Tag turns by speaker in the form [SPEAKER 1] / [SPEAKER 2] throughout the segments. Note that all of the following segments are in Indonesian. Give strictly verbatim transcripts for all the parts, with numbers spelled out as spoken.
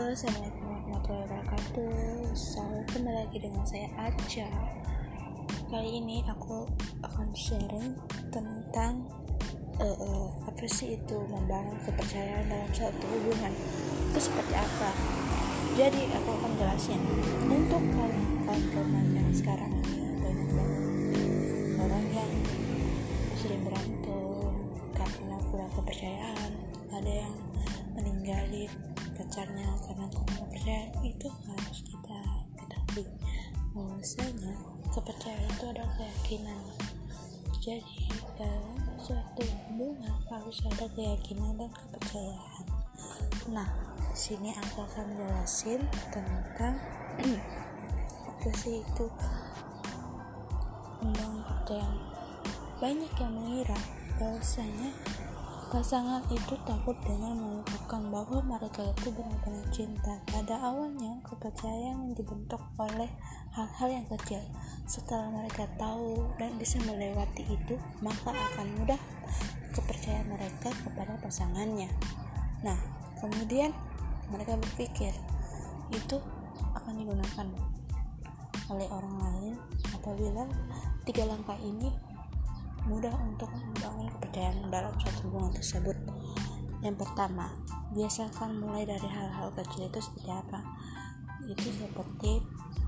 [SPEAKER 1] Assalamualaikum warahmatullahi wabarakatuh. So, kembali lagi dengan saya Aca. Kali ini aku akan sharing tentang uh, uh, apa sih itu membangun kepercayaan dalam suatu hubungan. Itu seperti apa? Jadi aku akan jelasin. Untuk kawan-kawan yang sekarang ini banyak banget orang yang sering berantem karena kurang kepercayaan. Ada yang meninggalin pacarnya karena kurang kepercayaan. Itu harus kita ketahui bahwasanya kepercayaan itu adalah keyakinan. Jadi dalam suatu hubungan harus ada keyakinan dan kepercayaan. Nah, sini aku akan jelasin tentang apa sih itu membangun kepercayaan. Banyak yang mengira bahwasanya pasangan itu takut dengan mengungkapkan bahwa mereka itu benar-benar cinta. Pada awalnya, kepercayaan yang dibentuk oleh hal-hal yang kecil. Setelah mereka tahu dan bisa melewati itu, maka akan mudah kepercayaan mereka kepada pasangannya. Nah, kemudian mereka berpikir itu akan digunakan oleh orang lain apabila tiga langkah ini mudah untuk membangun kepercayaan dalam suatu hubungan tersebut. Yang pertama, biasakan mulai dari hal-hal kecil. Itu seperti apa? Itu seperti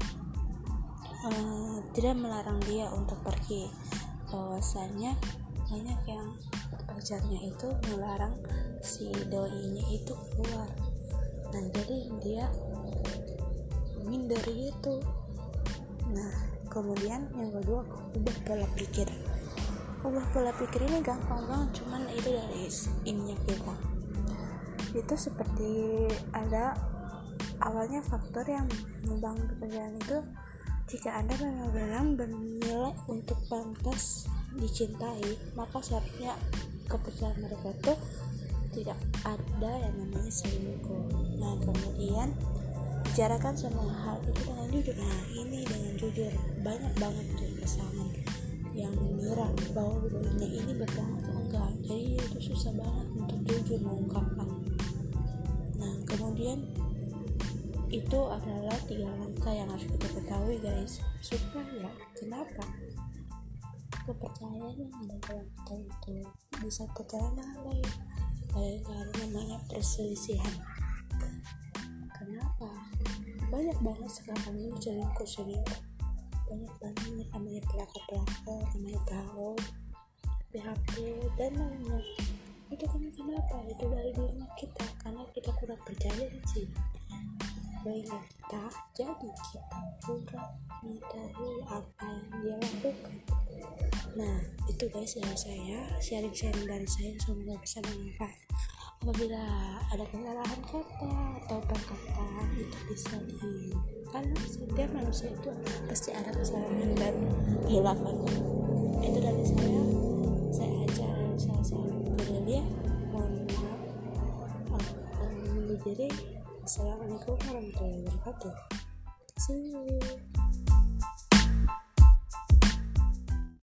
[SPEAKER 1] uh, tidak melarang dia untuk pergi. Bahwasanya banyak yang pacarnya itu melarang si doi ini itu keluar. Nah, jadi dia minder gitu. Nah, kemudian yang kedua, ubah pola pikir. Ubah pola pikir ini gampang banget, cuman itu dari ininya kita. Itu seperti ada awalnya faktor yang membangun kepercayaan itu, jika Anda benar-benar bernilai untuk pantas dicintai, maka seharusnya kepercayaan mereka itu tidak ada yang namanya selingkuh. Nah, kemudian bicarakan semua hal itu dengan jujur. Nah, ini dengan jujur banyak banget tuh pasangan yang mengira bahwa dulunya ini berbohong atau enggak, jadi itu susah banget untuk jujur mengungkapkan. Nah, kemudian itu adalah tiga langkah yang harus kita ketahui, guys, supaya kenapa kepercayaan yang ada dalam kita itu bisa terjalan dengan baik. Baik karena namanya perselisihan. Kenapa banyak banget sekarang ini selingkuh selingkuh banyak banget namanya pelakor-pelakor, namanya tahu P H P dan lainnya. Itu kan kenapa? Itu dari dirinya kita, karena kita kurang percaya sih dirinya kita, jadi kita kurang mengetahui apa yang dia lakukan. Nah, itu guys dari saya, sharing-sharing dari saya, semoga bisa bermanfaat. Apabila ada kesalahan kata atau perkataan, itu bisa di karena setiap manusia itu pasti ada kesalahan dan kehilapan. Itu dari saya saya aja salah satu Cornelia. Mohon maaf aku undur diri. Assalamualaikum warahmatullahi wabarakatuh. See you.